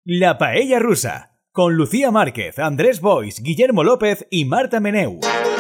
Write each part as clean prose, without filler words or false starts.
La Paella Rusa, con Lucía Márquez, Andrés Boix, Guillermo López y Marta Meneu.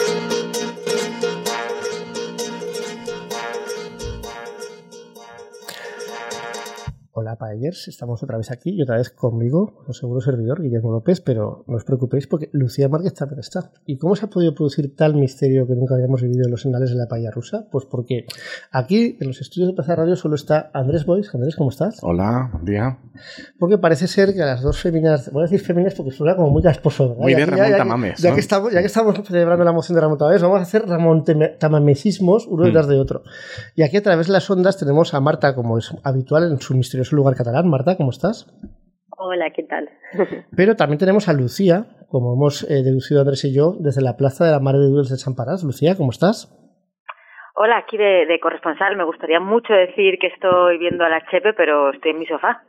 Hola Paellers, estamos otra vez aquí y otra vez conmigo, su seguro servidor, Guillermo López, pero no os preocupéis porque Lucía Márquez también está. ¿Y cómo se ha podido producir tal misterio que nunca habíamos vivido en los anales de la paella rusa? Pues porque aquí, en los estudios de Plaza Radio, solo está Andrés Boix. Andrés, ¿cómo estás? Hola, buen día. Porque parece ser que a las dos féminas, voy a decir féminas porque suena como muy casposo, ¿verdad? Muy de Ramón Tamames, ya ¿no? que estamos celebrando la moción de Ramón Tamames, vamos a hacer Ramón Tamamesismos uno detrás de otro. Y aquí a través de las ondas tenemos a Marta, como es habitual en su misterioso lugar catalán. Marta, ¿cómo estás? Hola, ¿qué tal? Pero también tenemos a Lucía, como hemos deducido Andrés y yo, desde la Plaza de la Mare de Déu dels Desemparats. Lucía, ¿cómo estás? Hola, aquí de corresponsal. Me gustaría mucho decir que estoy viendo a la Chepe, pero estoy en mi sofá.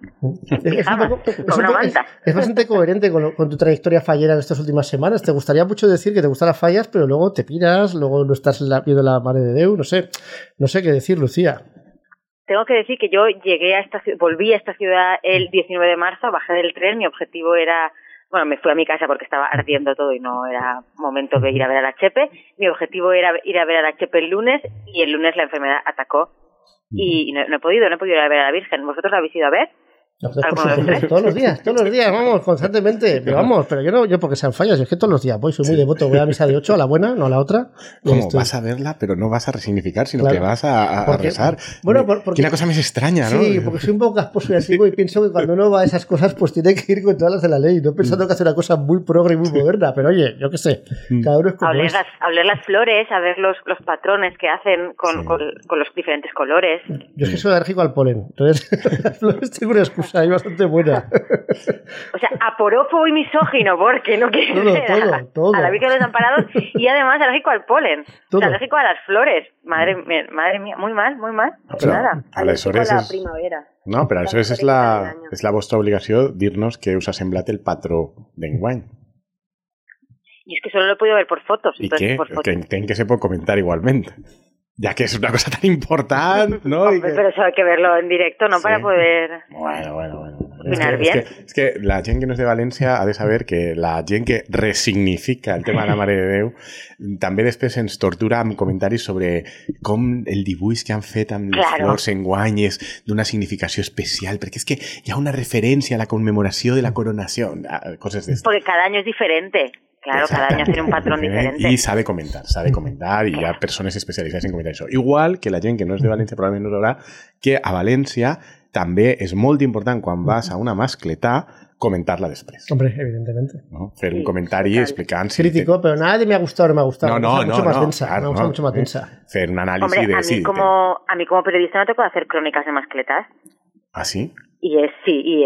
Con una manta. Es bastante coherente con tu trayectoria fallera en estas últimas semanas. Te gustaría mucho decir que te gustan las fallas, pero luego te piras, luego no estás viendo la Mare de Déu. No sé qué decir, Lucía. Tengo que decir que yo volví a esta ciudad el 19 de marzo, bajé del tren, mi objetivo era, bueno, me fui a mi casa porque estaba ardiendo todo y no era momento de ir a ver a la Chepe. Mi objetivo era ir a ver a la Chepe el lunes y el lunes la enfermedad atacó y no he podido ir a ver a la Virgen. ¿Vosotros la habéis ido a ver? Todos los días, vamos, constantemente. Pero yo porque sean fallas, es que todos los días soy muy devoto, voy a misa de 8, a la buena, no a la otra. ¿Cómo? Vas a verla, pero no vas a resignificar, sino que vas a rezar. Bueno, porque una cosa más extraña, ¿no? Sí, porque soy un poco casposo y así, y pienso que cuando uno va a esas cosas, pues tiene que ir con todas las de la ley, no pensando que hace una cosa muy progre y muy moderna, pero oye, yo qué sé, cada uno es como es. A oler las flores, a ver los patrones que hacen con los diferentes colores. Yo es que soy alérgico al polen, entonces las flores tengo una excusa ahí bastante buena. O sea, aporófobo y misógino, porque no quiero ser todo. A la Virgen de los Desamparados y además alérgico al polen, o sea, alérgico a las flores. Madre mía, muy mal. Pero, nada. Aleshores a la primavera. No, però aleshores és la vostra obligació dir-nos que us ha semblat el patró d'enguany. Y es que solo lo he podido ver por fotos. ¿Y qué? Que entenc que se pot comentar igualment. Ya que es una cosa tan importante, ¿no? Hombre, pero eso hay que verlo en directo, ¿no? Sí. Para poder... Bueno. Opinar bien. Es que la gent que no és de València ha de saber que la gent que resignifica el tema de la Mare de Déu també després ens tortura amb comentaris sobre com el dibuix que han fet amb les flors enguany és d'una significació especial, perquè és que hi ha una referència a la commemoració de la coronació, coses d'estes. Porque cada año es diferente. Claro, cada año tiene un patrón diferente. Y sabe comentar, y hi ha persones especialitzades en comentar això. Igual que la gent que no és de València probablement no sabrà que a València també és molt important quan vas a una mascletà comentar-la després. Hombre, evidentemente. ¿No? Fer un comentari explicant... Crítico, pero nada de me ha gustado o no me ha gustado. No, mucho más densa. Fer un análisis. Hombre, a mí como periodista no tengo que hacer crónicas de mascletas. ¿Ah, sí? Y es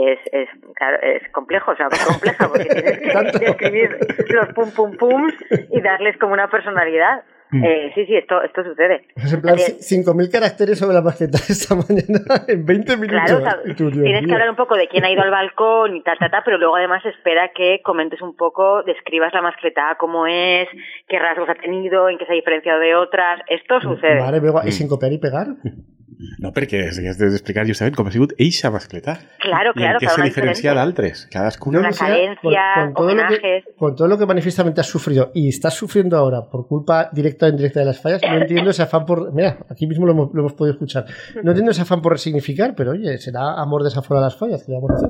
complejo, o sea, es compleja porque tienes que describir los pum y darles como una personalidad. Sí, esto sucede. Es en plan 5.000 caracteres sobre la mascleta esta mañana en 20 minutos. Claro, o sea, tienes que hablar un poco de quién ha ido al balcón y pero luego además espera que comentes un poco, describas la mascleta, cómo es, qué rasgos ha tenido, en qué se ha diferenciado de otras. Esto sucede. Vale, luego, ¿y sin copiar y pegar? No, perquè has d'explicar justament com ha sigut eixa mascletà. Claro. I en què se diferencia d'altres. Cadascuna... Una carencia, homenajes... Con todo lo que manifiestamente has sufrido y estás sufriendo ahora por culpa directa o indirecta de las fallas, no entiendo ese afán por... Mira, aquí mismo lo hemos podido escuchar. No entiendo ese afán por resignificar, pero oye, será amor desafuera a las fallas, que vamos a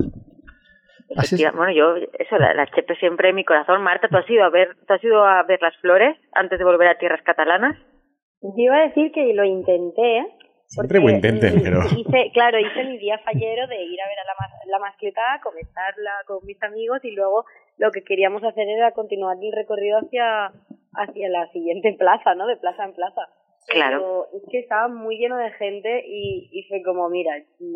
hacer. Bueno, la Chepe siempre en mi corazón. Marta, ¿tú has ido a ver las flores antes de volver a tierras catalanas? Yo iba a decir que lo intenté, siempre lo intenten, pero... Hice mi día fallero de ir a ver a la mascleta, comentarla con mis amigos y luego lo que queríamos hacer era continuar el recorrido hacia la siguiente plaza, ¿no? De plaza en plaza. Claro. Pero es que estaba muy lleno de gente y fue como, mira,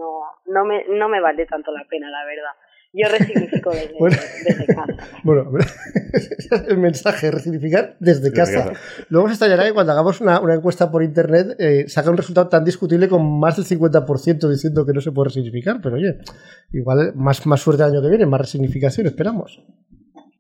no me vale tanto la pena, la verdad. Yo resignifico desde casa. Bueno, el mensaje, resignificar desde casa. Luego se extrañará que cuando hagamos una encuesta por internet saca un resultado tan discutible con más del 50% diciendo que no se puede resignificar, pero oye, igual más suerte el año que viene, más resignificación, esperamos.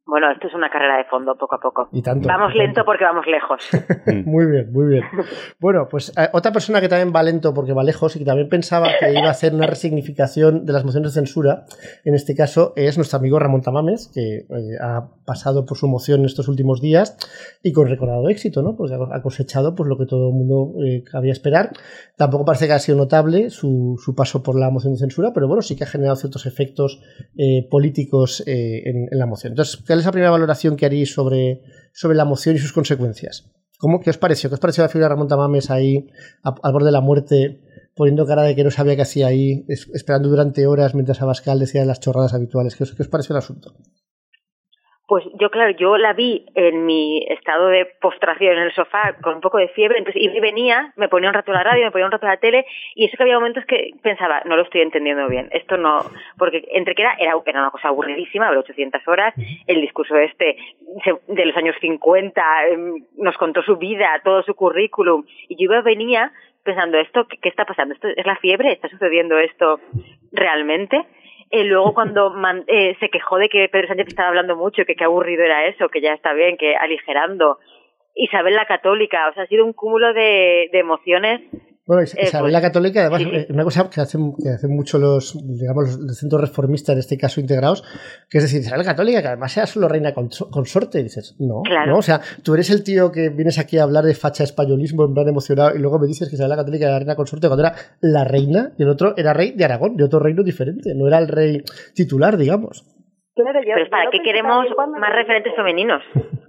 Bueno, esto es una carrera de fondo, poco a poco. Y tanto, vamos lento porque vamos lejos. Muy bien, muy bien. Bueno, pues otra persona que también va lento porque va lejos y que también pensaba que iba a hacer una resignificación de las mociones de censura, en este caso es nuestro amigo Ramón Tamames, que ha pasado por su moción estos últimos días y con recordado éxito, ¿no? Pues ha cosechado pues lo que todo el mundo cabía esperar. Tampoco parece que ha sido notable su paso por la moción de censura, pero bueno, sí que ha generado ciertos efectos políticos en la moción. Entonces, ¿cuál es la primera valoración que haréis sobre la moción y sus consecuencias? ¿Qué os pareció? ¿Qué os pareció la figura de Ramón Tamames ahí al borde de la muerte, poniendo cara de que no sabía qué hacía ahí, esperando durante horas mientras Abascal decía las chorradas habituales? ¿Qué os pareció el asunto? Pues yo la vi en mi estado de postración en el sofá con un poco de fiebre, entonces iba y venía, me ponía un rato la radio, me ponía un rato la tele, y eso que había momentos que pensaba, no lo estoy entendiendo bien, esto no, porque entre que era una cosa aburridísima, haber 800 horas, el discurso de los años 50, nos contó su vida, todo su currículum, y yo venía pensando, ¿qué está pasando? ¿Esto es la fiebre? ¿Está sucediendo esto realmente? Luego cuando se quejó de que Pedro Sánchez estaba hablando mucho, que qué aburrido era eso, que ya está bien, que aligerando. Isabel la Católica, o sea, ha sido un cúmulo de emociones. Bueno, Isabel la Católica, además, una cosa que hacen mucho los centros reformistas, en este caso integrados, que es decir, Isabel la Católica, que además sea solo reina consorte, y dices, no, claro. ¿no? O sea, tú eres el tío que vienes aquí a hablar de facha españolismo en plan emocionado y luego me dices que Isabel la Católica era la reina consorte cuando era la reina y el otro era rey de Aragón, de otro reino diferente, no era el rey titular, digamos. Claro, pero ¿para qué queremos más referentes femeninos?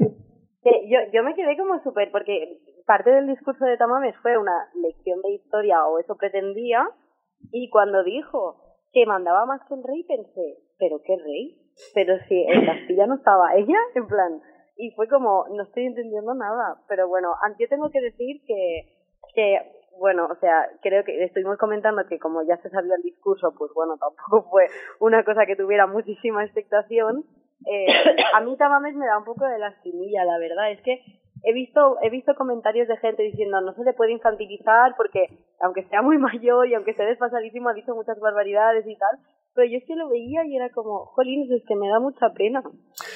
Yo me quedé como súper, porque parte del discurso de Tamames fue una lección de historia, o eso pretendía, y cuando dijo que mandaba más que el rey, pensé, ¿pero qué rey? Pero si en Castilla no estaba ella, en plan, y fue como, no estoy entendiendo nada, pero bueno, yo tengo que decir que bueno, o sea, creo que estuvimos comentando que como ya se sabía el discurso, pues bueno, tampoco fue una cosa que tuviera muchísima expectación. A mí Tamames me da un poco de lastimilla, la verdad, es que he visto comentarios de gente diciendo no se le puede infantilizar porque aunque sea muy mayor y aunque esté desfasadísimo ha dicho muchas barbaridades y tal, pero yo es que lo veía y era como, jolín, es que me da mucha pena.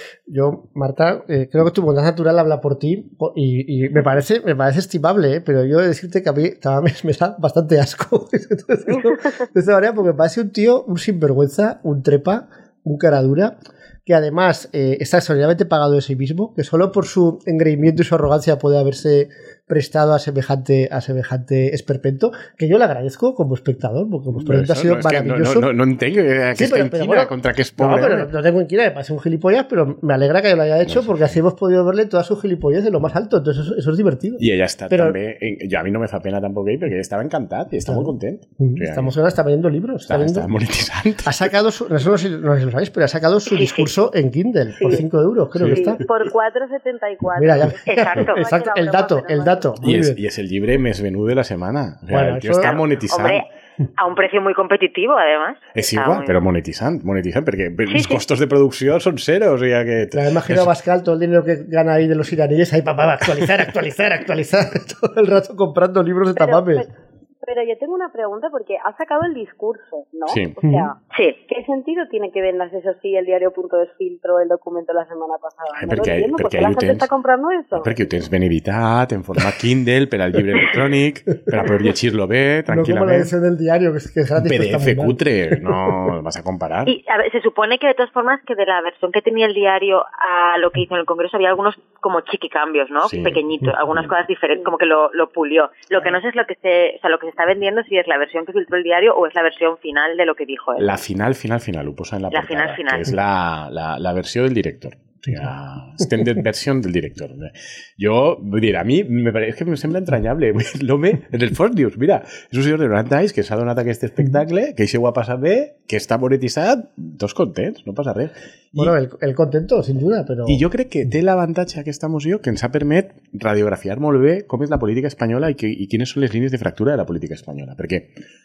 Yo, Marta, creo que tu bondad natural habla por ti y me parece estimable, pero yo he de decirte que a mí Tamames me da bastante asco de esta manera, porque me parece un tío, un sinvergüenza, un trepa, un cara dura, que además está extraordinariamente pagado de sí mismo, que solo por su engreimiento y su arrogancia puede haberse prestado a semejante esperpento, que yo le agradezco como espectador, porque como espectador ha sido maravilloso. No entiendo que está inquina bueno, contra que es pobre. No, pero no tengo inquina, me parece un gilipollas, pero me alegra que lo haya hecho, porque así hemos podido verle toda su gilipollas de lo más alto, entonces eso es divertido. Y ella está también, a mí no me fa pena tampoco porque ella estaba encantada y está muy contenta. Está vendiendo libros. Está monetizando. Ha sacado, no sé si lo sabéis, pero ha sacado su discurso en Kindle por 5 euros, creo que está. Por 4,74. Mira, ya. Exacto. El dato. Y es el libre mes menú de la semana. O sea, bueno, el tío está monetizando. Hombre, a un precio muy competitivo, además. Es igual, pero monetizan, porque los costos de producción son cero. O sea que... Me imagino a Abascal todo el dinero que gana ahí de los iraníes, ahí para actualizar, todo el rato comprando libros de Tamames. Pero yo tengo una pregunta porque ha sacado el discurso, ¿no? Sí. O sea, ¿qué sentido tiene que vendas eso si el diario.es filtró el documento la semana pasada? ¿Por qué la gente está comprando eso? Perquè ho tens ben editat, en format Kindle, per al llibre electrònic, per a poder llegir-lo bé, tranquil·lament. No como la edición del diario, que es gratis. PDF cutre, no vas a comparar. Y a ver, se supone que de todas formas que de la versión que tenía el diario a lo que hizo en el Congreso había algunos como chiquicambios, ¿no? Sí. Pequeñitos, algunas cosas diferentes, como que lo pulió. Lo que no sé es lo que se está vendiendo, si es la versión que filtró el diario o es la versión final de lo que dijo él. La final, ho posa en la portada, final. Que és la versió del director. O sigui, extended version del director. Jo, vull dir, a mi és que em sembla entranyable. L'home, en el Fox News, mira, és un senyor de 90 anys que s'ha donat aquest espectacle, que això ho ha passat bé, que està monetitzat, tots contents, no passa res. Bueno, el contento, sin duda, però... I jo crec que té l'avantatge aquesta moció que ens ha permet radiografiar molt bé com és la política espanyola i quines són les línies de fractura de la política espanyola. Perquè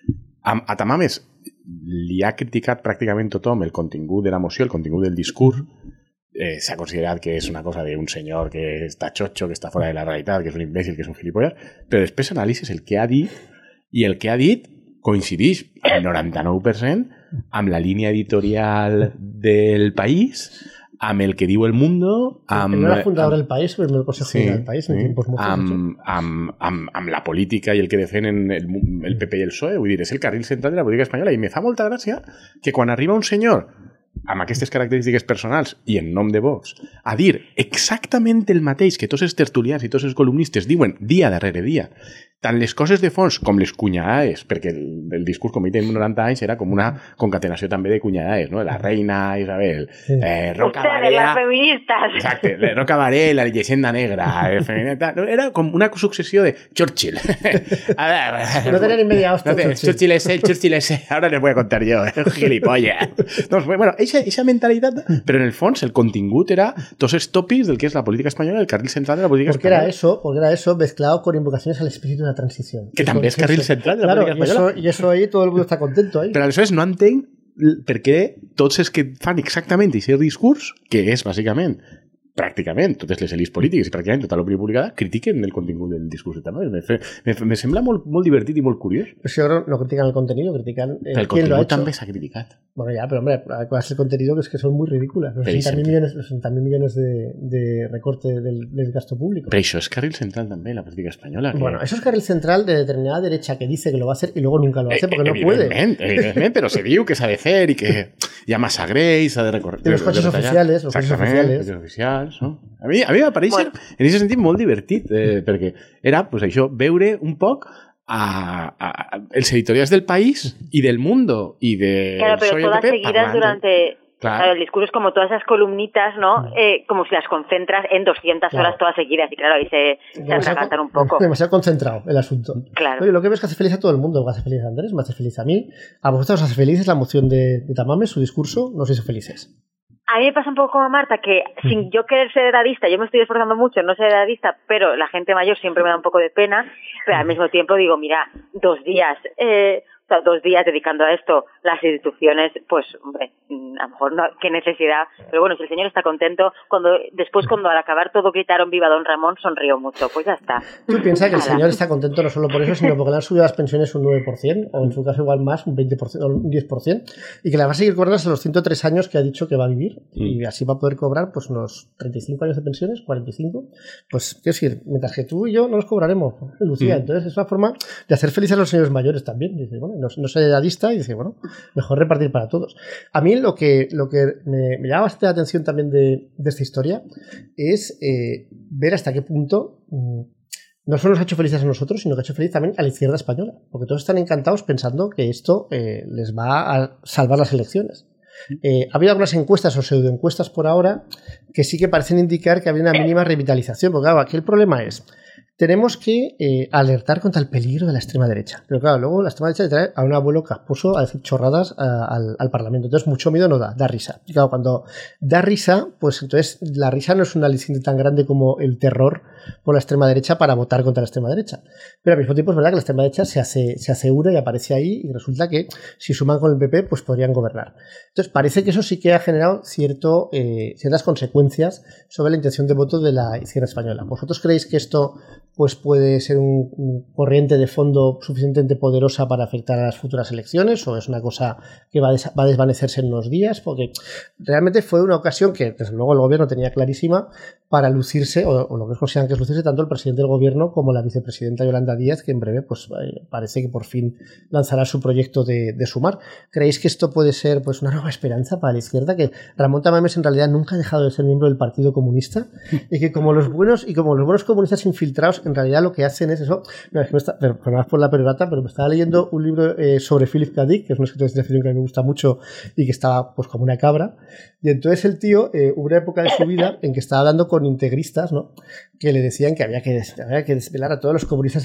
a Tamames li ha criticat pràcticament tothom el contingut de la moció, el contingut del discurs. S'ha considerat que és una cosa d'un senyor que està xotxo, que està fora de la realitat, que és un imbècil, que és un gilipollas, però després analitzes el que ha dit i el que ha dit coincideix al 99% amb la línia editorial del País, amb el que diu El Mundo, no era fundador del País, però el Consejo del País en tiempos amb la política i el que defenen el PP i el PSOE, vull dir, és el carril central de la política espanyola, i me fa molta gràcia que quan arriba un senyor amb aquestes característiques personals i en nom de Vox, a dir exactament el mateix que tots els tertulians i tots els columnistes diuen dia darrere dia, tant les coses de fons com les cunyades, perquè el discurs, com he dit, en 90 anys era com una concatenació també de cunyades, no? La reina Isabel, Roca Varela... les feministes! Exacte, Roca Varela, la llegenda negra, era com una successió de Churchill. A ver, no tenía ni media hostia. Churchill ese, ahora les voy a contar yo, gilipollas. Doncs, bueno, esa mentalitat, però en el fons el contingut era tots els tòpics del que és la política espanyola, el carril central de la política espanyola. Porque era eso mezclado con invocaciones al espíritu de la transición. Que també és carril central de la política espanyola. Y eso ahí todo el mundo está contento ahí. Però aleshores no entenc per què tots els que fan exactament aquest discurs, que és bàsicament pràcticament totes les elits polítiques i pràcticament tota l'opinió publicada critiquen el contingut del discurs de Tamames. Me sembla molt divertit i molt curiós. Pero no critican el contenido, critican el contingut també s'ha criticat. Bueno, ya, pero hombre, ¿cuál es el contenido? Que es que son muy ridículas. Los 60.000 millones de recorte del gasto público. Pero eso es carril central también, la política española. Bueno, eso es carril central de determinada derecha que dice que lo va a hacer y luego nunca lo hace porque no puede. Evidentemente, pero se diu que s'ha de fer i que hi ha massa greix, s'ha de recortar. Los coches oficiales. Los coches oficials, no? A mi va aparèixer, en aquest sentit, molt divertit, perquè era, pues, això, veure un poc els editorials del País y del Mundo y de... Claro, pero todas seguidas durante... Claro, el discurso es como todas esas columnitas, ¿no? Como si las concentras en 200 horas todas seguidas. Y claro, ahí se atragantan un poco. Demasiado concentrado el asunto. Claro. Oye, lo que ves que hace feliz a todo el mundo. Me hace feliz a Andrés, me hace feliz a mí. ¿A vosotros os hace felices la moción de Tamames, su discurso? ¿Nos hizo felices? A mí me pasa un poco como a Marta, que sin yo querer ser edadista, yo me estoy esforzando mucho en no ser edadista, pero la gente mayor siempre me da un poco de pena, pero al mismo tiempo digo, mira, 2 días... 2 días dedicando a esto, las instituciones, pues, hombre, a lo mejor no, qué necesidad. Pero bueno, si el señor está contento, cuando al acabar todo gritaron viva Don Ramón, sonrió mucho, pues ya está. ¿Tú piensas que el señor está contento no solo por eso, sino porque le han subido las pensiones un 9%, o en su caso igual más, un 20% o un 10%, y que la va a seguir cobrando hasta los 103 años que ha dicho que va a vivir, y así va a poder cobrar pues unos 35 años de pensiones, 45? Pues, quiero decir, mientras que tú y yo no los cobraremos, Lucía. Entonces es una forma de hacer felices a los señores mayores también. Dice, bueno, no soy edadista y dice, bueno, mejor repartir para todos. A mí lo que me llama bastante la atención también de esta historia es ver hasta qué punto no solo nos ha hecho felices a nosotros, sino que ha hecho feliz también a la izquierda española, porque todos están encantados pensando que esto les va a salvar las elecciones. Ha habido algunas encuestas o pseudoencuestas por ahora que sí que parecen indicar que había una mínima revitalización, porque claro, aquí el problema es tenemos que alertar contra el peligro de la extrema derecha. Pero claro, luego la extrema derecha le trae a un abuelo casposo a decir chorradas al Parlamento. Entonces mucho miedo no da risa. Y claro, cuando da risa, pues entonces la risa no es un aliciente tan grande como el terror por la extrema derecha para votar contra la extrema derecha. Pero al mismo tiempo es verdad que la extrema derecha se asegura y aparece ahí y resulta que si suman con el PP pues podrían gobernar. Entonces parece que eso sí que ha generado ciertas consecuencias sobre la intención de voto de la izquierda española. ¿Vosotros creéis que esto pues puede ser un corriente de fondo suficientemente poderosa para afectar a las futuras elecciones o es una cosa que va a desvanecerse en unos días? Porque realmente fue una ocasión que desde luego el gobierno tenía clarísima para lucirse, o lo que consideran que es lucirse tanto el presidente del gobierno como la vicepresidenta Yolanda Díaz, que en breve pues parece que por fin lanzará su proyecto de Sumar. ¿Creéis que esto puede ser pues una nueva esperanza para la izquierda? Que Ramón Tamames en realidad nunca ha dejado de ser miembro del Partido Comunista y que como los buenos comunistas infiltrados en realidad lo que hacen es eso. No, es que perdonad por la perorata, pero me estaba leyendo un libro sobre Philip K. Dick, que es un escritor de ciencia ficción que a mí me gusta mucho y que estaba pues como una cabra. Y entonces el tío, hubo una época de su vida en que estaba hablando con integristas, ¿no? Que le decían que había que desvelar a todos los comunistas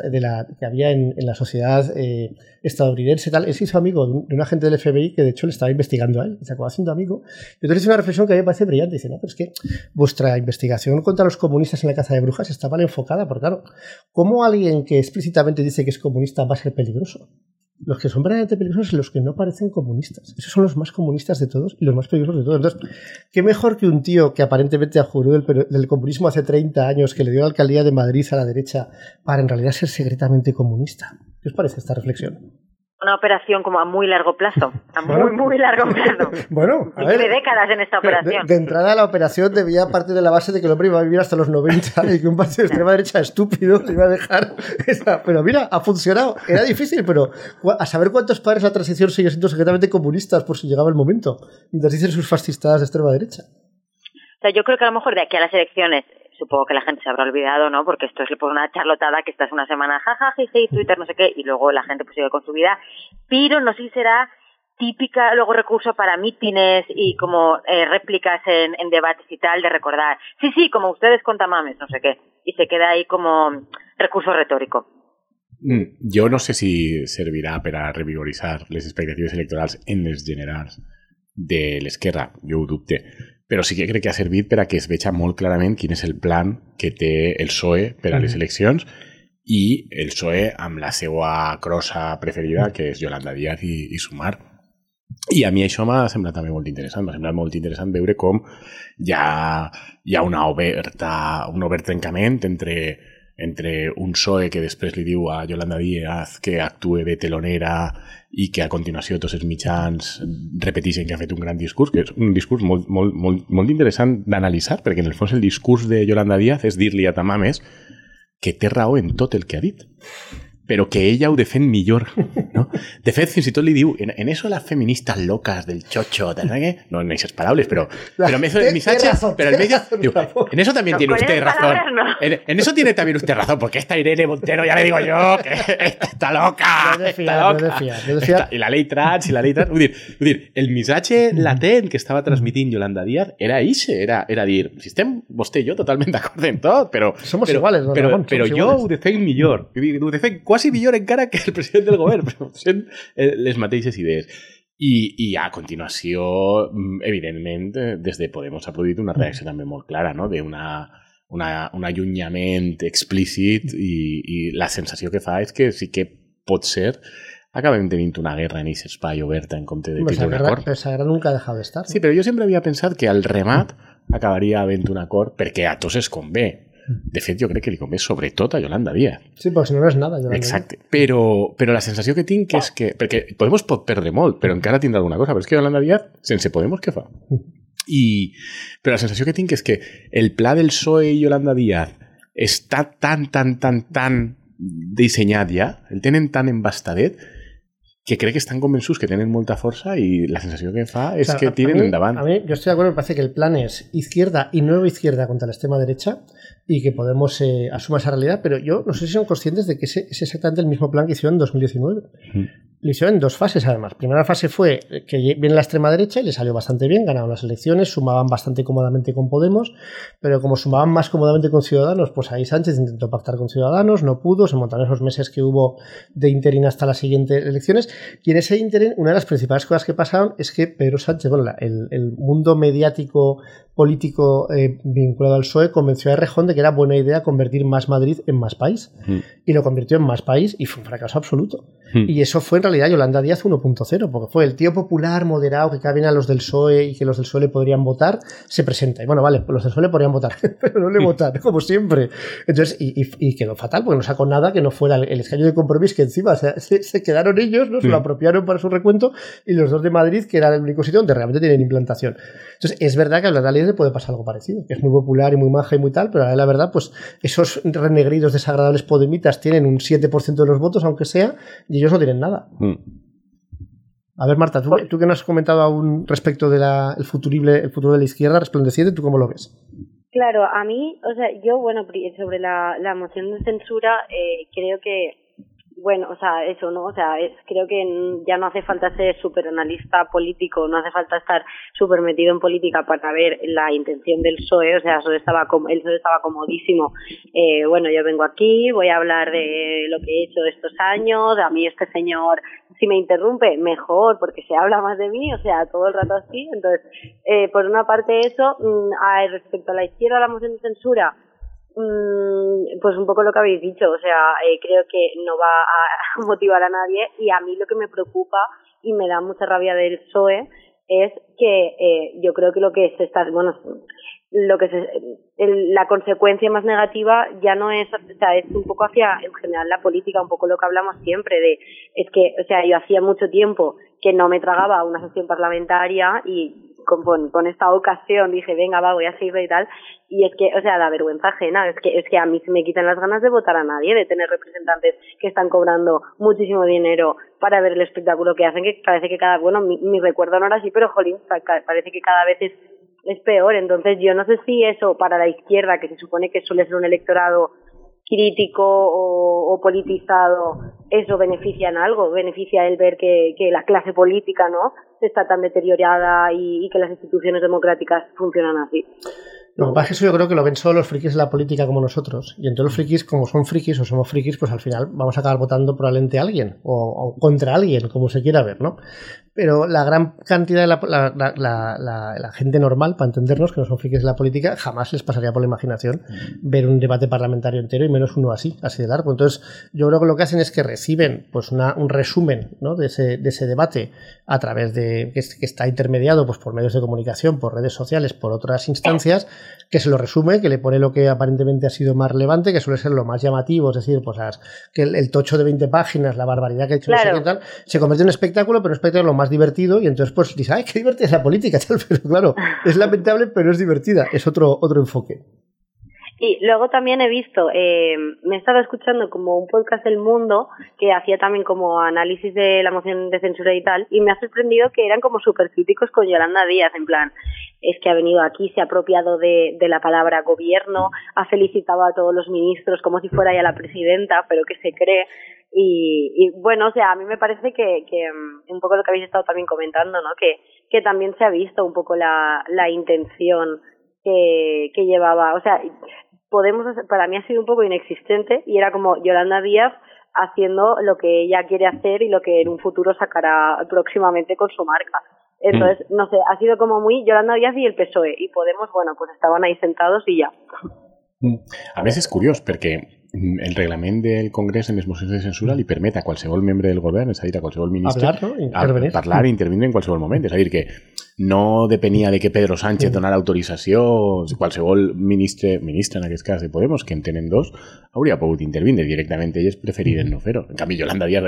que había en la sociedad estadounidense. Tal. Él se hizo amigo de un agente del FBI que de hecho le estaba investigando a él, y se acabó haciendo amigo. Y entonces hizo una reflexión que a mí me parece brillante. Dice, no, pero es que vuestra investigación contra los comunistas en la caza de brujas está mal enfocada, porque claro, ¿cómo alguien que explícitamente dice que es comunista va a ser peligroso? Los que son verdaderamente peligrosos son los que no parecen comunistas. Esos son los más comunistas de todos y los más peligrosos de todos. Entonces, ¿qué mejor que un tío que aparentemente adjuró del comunismo hace 30 años, que le dio la alcaldía de Madrid a la derecha, para en realidad ser secretamente comunista? ¿Qué os parece esta reflexión? una operación como a muy largo plazo, muy largo plazo. Bueno, a ver, de décadas en esta operación. De entrada, la operación debía partir de la base de que el hombre iba a vivir hasta los 90 y que un partido de extrema derecha estúpido le iba a dejar esa. Pero mira, ha funcionado. Era difícil, pero a saber cuántos padres la transición siguen siendo secretamente comunistas por si llegaba el momento, mientras dicen sus fascistas de extrema derecha. O sea, yo creo que a lo mejor de aquí a las elecciones, supongo que la gente se habrá olvidado, ¿no? Porque esto es por una charlotada que estás una semana, jiji, Twitter, no sé qué, y luego la gente pues sigue con su vida. Pero no sé si será típica luego recurso para mítines y como réplicas en debates y tal, de recordar, sí, como ustedes con Tamames, no sé qué, y se queda ahí como recurso retórico. Jo no sé si servirà per a revigoritzar les expectatives electorals en les generals de l'esquerra, jo ho dubte, però sí que crec que ha servit per a que es veja molt clarament quin és el plan que té el PSOE per a les eleccions i el PSOE amb la seva crossa preferida, que és Yolanda Díaz i Sumar. I a mi això m'ha semblat també molt interessant. M'ha semblat molt interessant veure com hi ha un obert trencament entre un PSOE que després li diu a Yolanda Díaz que actue de telonera i que a continuació tots els mitjans repeteixen que ha fet un gran discurs, que és un discurs molt interessant d'analitzar, perquè en el fons el discurs de Yolanda Díaz és dir-li a Tamames que té raó en tot el que ha dit, però que ella ho defèn millor, no? De fet, fins i tot li diu, en eso las feministas locas del chocho, no en esas palabras, pero en eso del misache, pero el medio, digo, en eso también tiene usted razón. En eso tiene también usted razón, porque esta Irene Montero, ya le digo yo, que está loca. I la ley trans, vull dir, el missatge latent que estava transmitint Yolanda Díaz era ixe, era dir, si estem vostè i jo totalment d'acord en tot, però jo ho defenc millor, ho defenc quasi millor encara que el president del govern, però sent les mateixes idees. I a continuació, evidentment, des de Podemos ha produït una reacció també molt clara, no? Un allunyament explícit i la sensació que fa és que sí que pot ser acabem tenint una guerra en aquest espai oberta en compte de tindre un acord. Però esa guerra nunca ha dejado de estar. Sí, però jo sempre havia pensat que al remat acabaria havent un acord perquè a tots es convé. De fet, jo crec que li convé sobretot a Yolanda Díaz. Sí, perquè si no és nada. Exacte. Però la sensació que tinc és que... Perquè Podemos pot perdre molt, però encara tindrà alguna cosa. Però és que Yolanda Díaz, sense Podemos, què fa? Però la sensació que tinc és que el pla del PSOE i Yolanda Díaz està tan dissenyat ja, el tenen tan embastadet, que crec que estan convençuts que tenen molta força y la sensación que fa es que tiren endavant. A mí, yo estoy de acuerdo, me parece que el plan es izquierda y nueva izquierda contra la extrema derecha y que Podemos asuma esa realidad, pero yo no sé si son conscientes de que es exactamente el mismo plan que hicieron en 2019. Lo hicieron en dos fases, además. Primera fase fue que viene la extrema derecha y le salió bastante bien, ganaron las elecciones, sumaban bastante cómodamente con Podemos, pero como sumaban más cómodamente con Ciudadanos, pues ahí Sánchez intentó pactar con Ciudadanos, no pudo, se montaron esos meses que hubo de interín hasta las siguientes elecciones, y en ese interín una de las principales cosas que pasaron es que Pedro Sánchez, bueno, el mundo mediático político vinculado al PSOE convenció a Errejón de que era buena idea convertir Más Madrid en Más País, y lo convirtió en Más País y fue un fracaso absoluto. Y eso fue en realidad Yolanda Díaz 1.0, porque fue el tío popular, moderado, que caben a los del PSOE y que los del PSOE le podrían votar, se presenta. Y bueno, vale, pues los del PSOE le podrían votar, pero no le votan, como siempre. Entonces, y quedó fatal, porque no sacó nada que no fuera el escaño de Compromís, que encima se quedaron ellos, ¿no? Se lo apropiaron para su recuento, y los dos de Madrid, que era el único sitio donde realmente tienen implantación. Entonces, es verdad que a Yolanda Díaz le puede pasar algo parecido, que es muy popular y muy maja y muy tal, pero la verdad, pues esos renegridos desagradables podemitas tienen un 7% de los votos, aunque sea, y ellos no tienen nada. A ver, Marta, tú que no has comentado aún respecto de el futuro de la izquierda resplandeciente, ¿tú cómo lo ves? Claro, a mí, o sea, yo, bueno, sobre la moción de censura, creo que, bueno, o sea, eso, ¿no? O sea, creo que ya no hace falta ser súper analista político, no hace falta estar súper metido en política para ver la intención del PSOE, o sea, el PSOE estaba comodísimo. Bueno, yo vengo aquí, voy a hablar de lo que he hecho estos años, a mí este señor, si me interrumpe, mejor, porque se habla más de mí, o sea, todo el rato así. Entonces, por una parte eso, respecto a la izquierda, la moción de censura, pues un poco lo que habéis dicho, o sea, creo que no va a motivar a nadie, y a mí lo que me preocupa y me da mucha rabia del PSOE es que yo creo que lo que se está, bueno, lo que la consecuencia más negativa ya no es, o sea, es un poco hacia en general la política, un poco lo que hablamos siempre de, es que, o sea, yo hacía mucho tiempo que no me tragaba una sesión parlamentaria y con esta ocasión dije, venga, va, voy a seguir y tal, y es que, o sea, da vergüenza ajena, es que a mí se me quitan las ganas de votar a nadie, de tener representantes que están cobrando muchísimo dinero para ver el espectáculo que hacen, que parece que mi recuerdo no era así, pero jolín, parece que cada vez es peor. Entonces yo no sé si eso para la izquierda, que se supone que suele ser un electorado crítico o politizado, eso beneficia en algo, beneficia el ver que la clase política no está tan deteriorada y que las instituciones democráticas funcionan así. Lo que pasa es que eso yo creo que lo ven solo los frikis de la política como nosotros. Y entonces los frikis, como son frikis o somos frikis, pues al final vamos a acabar votando probablemente a alguien o contra alguien, como se quiera ver, ¿no? Pero la gran cantidad de la gente normal, para entendernos, que no son frikis de la política, jamás les pasaría por la imaginación ver un debate parlamentario entero y menos uno así de largo. Entonces yo creo que lo que hacen es que reciben pues un resumen, ¿no? de ese debate a través de que está intermediado pues por medios de comunicación, por redes sociales, por otras instancias, que se lo resume, que le pone lo que aparentemente ha sido más relevante, que suele ser lo más llamativo, es decir, pues que el tocho de 20 páginas, la barbaridad que ha hecho, claro, no sé qué tal, se convierte en un espectáculo, pero un espectáculo más divertido, y entonces pues dices, ¡ay, qué divertida es la política! Tal, pero claro, es lamentable, pero es divertida, es otro enfoque. Y luego también he visto, me he estado escuchando como un podcast del Mundo que hacía también como análisis de la moción de censura y tal, y me ha sorprendido que eran como súper críticos con Yolanda Díaz, en plan, es que ha venido aquí, se ha apropiado de la palabra gobierno, ha felicitado a todos los ministros como si fuera ya la presidenta, pero que se cree. Y bueno, o sea, a mí me parece que un poco lo que habéis estado también comentando, ¿no? Que también se ha visto un poco la intención que llevaba, o sea, para mí ha sido un poco inexistente y era como Yolanda Díaz haciendo lo que ella quiere hacer y lo que en un futuro sacará próximamente con su marca. Entonces, no sé, ha sido como muy Yolanda Díaz y el PSOE, y Podemos, bueno, pues estaban ahí sentados i ja. A més és curiós perquè el reglament del Congrés en les mocions de censura li permet a qualsevol membre del govern, és a dir, a qualsevol ministre, parlar i intervenir en qualsevol moment. És a dir, que no depenia de que Pedro Sánchez donara autorització, qualsevol ministre en aquest cas de Podemos, que en tenen dos, hauria pogut intervindre directament. Ells preferiren no fer-ho. En canvi, Yolanda Díaz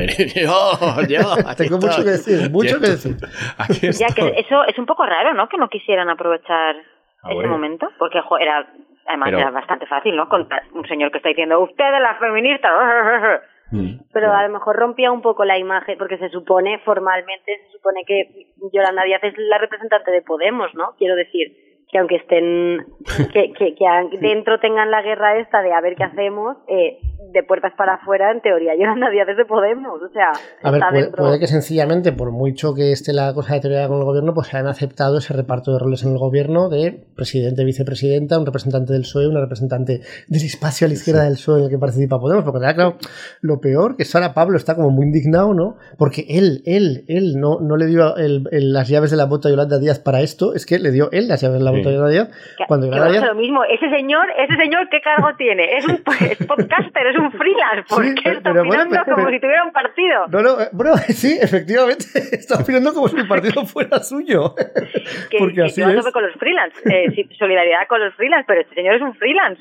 tengo mucho que decir. Ya que eso es un poco raro, ¿no? Que no quisieran aprovechar ese momento, porque era bastante fácil, ¿no? Contra un señor que está diciendo, ustedes las feministas. Pero a lo mejor rompía un poco la imagen, porque formalmente se supone que Yolanda Díaz es la representante de Podemos, ¿no? Quiero decir, que aunque estén, que dentro tengan la guerra esta de a ver qué hacemos, de puertas para afuera, en teoría, Yolanda Díaz es de Podemos, o sea, a ver, puede que sencillamente, por mucho que esté la cosa deteriorada con el gobierno, pues se han aceptado ese reparto de roles en el gobierno de presidente, vicepresidenta, un representante del PSOE, una representante del espacio a la izquierda del PSOE en el que participa Podemos, porque claro, lo peor que ahora Pablo está como muy indignado, ¿no? Porque él no le dio las llaves de la moto a Yolanda Díaz para esto, es que le dio él las llaves de la moto a Yolanda Díaz. Cuando Yolanda Díaz... lo mismo, ese señor, ¿qué cargo tiene? Es un podcaster, es un freelance, ¿por qué está opinando como si tuviera un partido? Bueno, sí, efectivamente, está opinando como si el partido fuera suyo. Porque así yo no con los freelance, solidaridad con los freelance, pero este señor es un freelance.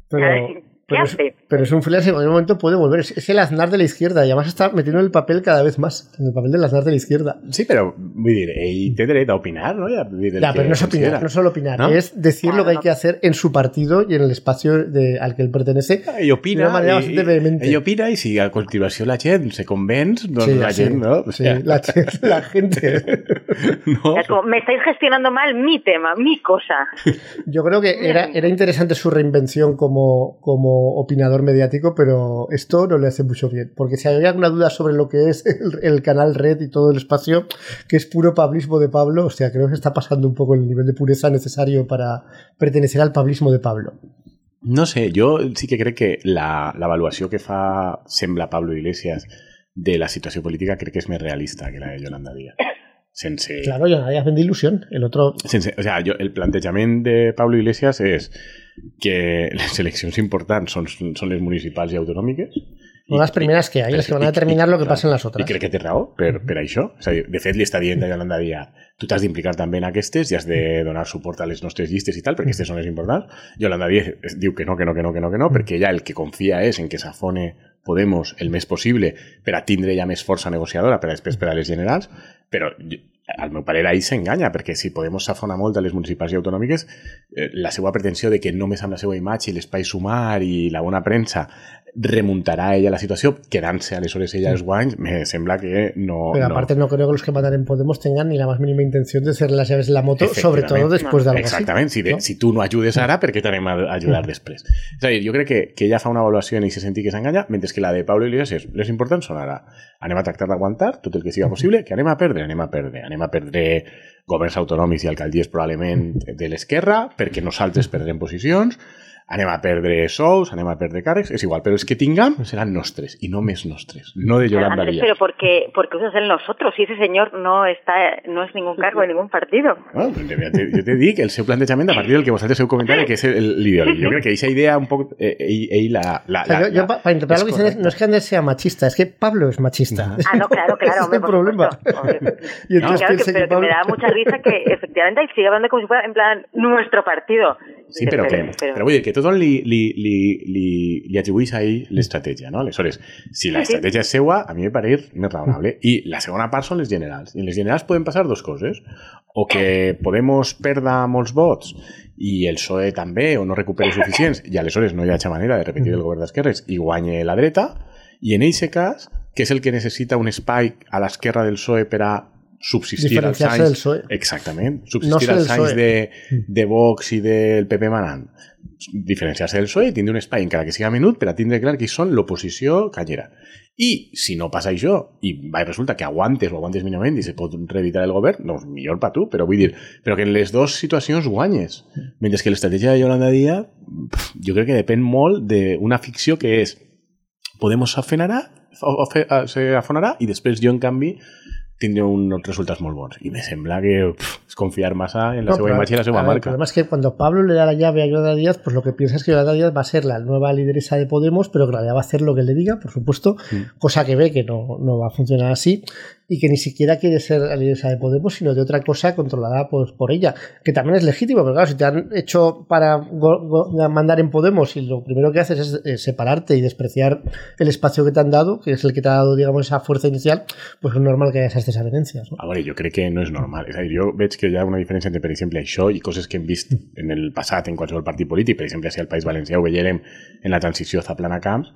Pero es un freelance y en cualquier momento puede volver. Es el Aznar de la izquierda y además está metiendo el papel cada vez más, en el papel del Aznar de la izquierda. Sí, pero vull dir, ell té dret a opinar, ¿no? Pero no es opinar, no solo opinar, ¿no? Es decir lo que hay que hacer en su partido y en el espacio al que él pertenece. Ell opina, de una manera bastante vehemente. Ell opina i si a continuació la gent se convenç, doncs sí, la gent, ¿no? O sea, sí, la gente. ¿No? Es como, me estáis gestionando mal mi tema, mi cosa. Yo creo que era interesante su reinvención como opinador mediático, pero esto no le hace mucho bien, porque si hay alguna duda sobre lo que es el canal Red y todo el espacio, que es puro pablismo de Pablo, o sea, creo que está pasando un poco el nivel de pureza necesario para pertenecer al pablismo de Pablo. No sé, jo sí que crec que l'avaluació que sembla Pablo Iglesias de la situació política crec que és més realista que la de Yolanda Díaz. Claro, Yolanda Díaz vende ilusión. O sea, el plantejament de Pablo Iglesias és que les eleccions importants són les municipals i autonòmiques. No les primeres que hay, les que van a determinar lo que passa en les altres. I crec que té raó per això. És a dir, de fet, li està dient a Yolanda Díaz, tu t'has d'implicar també en aquestes i has de donar suport a les nostres llistes i tal, perquè aquestes són les importants. Yolanda Díaz diu que no, perquè ella el que confia és en que s'afone Podemos el més possible per a tindre ja més força negociadora per a després per a les generals, però al meu parer ahir s'enganya, perquè si Podemos s'afona molt a les municipals i autonòmiques, la seva pretensió de que només amb la seva imatge i l'espai sumar i la bona premsa remuntarà ella la situació, quedant-se aleshores ella els guanys, me sembla que no... Pero aparte no creo que los que mandan en Podemos tengan ni la más mínima intención de hacer las llaves de la moto, sobre todo después de algo Exactament, así. Si tu no ajudes ara, per què t'anem a ajudar després? És a dir, jo crec que ella fa una avaluació en aquest sentit que s'enganya, mentre que la de Pablo Iglesias és, les importants són ara, anem a tractar d'aguantar tot el que siga possible, que anem a perdre governs autonòmics i alcaldies probablement de l'esquerra, perquè nosaltres perdrem posicions, anem a perdre sous, anem a perdre càrrecs, és igual, però els que tinguem seran nostres, y no més nostres, no de Yolanda Díaz. Pero porque usas el nosotros, si ese señor no es ningún cargo de ningún partido. Bueno, jo te dic, el seu plantejament a partir del que vosaltres heu comentat, que és l'ideològic. Jo crec que aquesta idea un poc... Para interpretar lo que dicen, no es que Andrés sea machista, es que Pablo es machista. No, claro, hombre, es el problema. Y entonces pero que me da mucha risa que efectivamente sigue hablando como si fuera en plan nuestro partido. Sí, però vull dir que tothom li atribueix ahir l'estratègia, no? Aleshores, si l'estratègia és seua, a mi me pareix més raonable. I la segona part són les generals. I en les generals poden passar dues coses. O que Podemos perda molts vots i el PSOE també, o no recuperi suficients, i aleshores no hi hagi manera de repetir el govern d'esquerres i guanye la dreta. I en aquest cas, que és el que necessita un espai a l'esquerra del PSOE per a subsistir als anys... Exactament. Subsistir als anys de Vox i del PP manant. Diferenciar-se del PSOE i tindre un espai, encara que siga menut, per a tindre clar que són l'oposició canyera. I si no passa això, i resulta que aguantes mínimament i se pot reeditar el govern, doncs millor per tu, però vull dir, però que en les dues situacions guanyes. Mentre que l'estratègia de Yolanda Díaz, jo crec que depèn molt d'una ficció que és Podemos s'afonarà i després jo, en canvi, tindré uns resultats molt bons. I me sembla que es confiar massa en la seva imatge y la seva marca. El problema es que cuando Pablo le da la llave a Yolanda Díaz, pues lo que piensa es que Yolanda Díaz va a ser la nueva lideresa de Podemos, pero que en realidad va a hacer lo que le diga, por supuesto, cosa que ve que no va a funcionar así, y que ni siquiera quiere ser la lideresa de Podemos, sino de otra cosa controlada pues, por ella, que también es legítimo, pero claro, si te han hecho para mandar en Podemos y lo primero que haces es separarte y despreciar el espacio que te han dado, que es el que te ha dado, digamos, esa fuerza inicial, pues es normal que haya esas desavenencias, ¿no? A veure, jo crec que no és normal. És a dir, jo veig que hi ha una diferència entre, per exemple, això i coses que hem vist en el passat en qualsevol partit polític. Per exemple, si al País Valencià ho veiem en la transició Zaplana-Camps,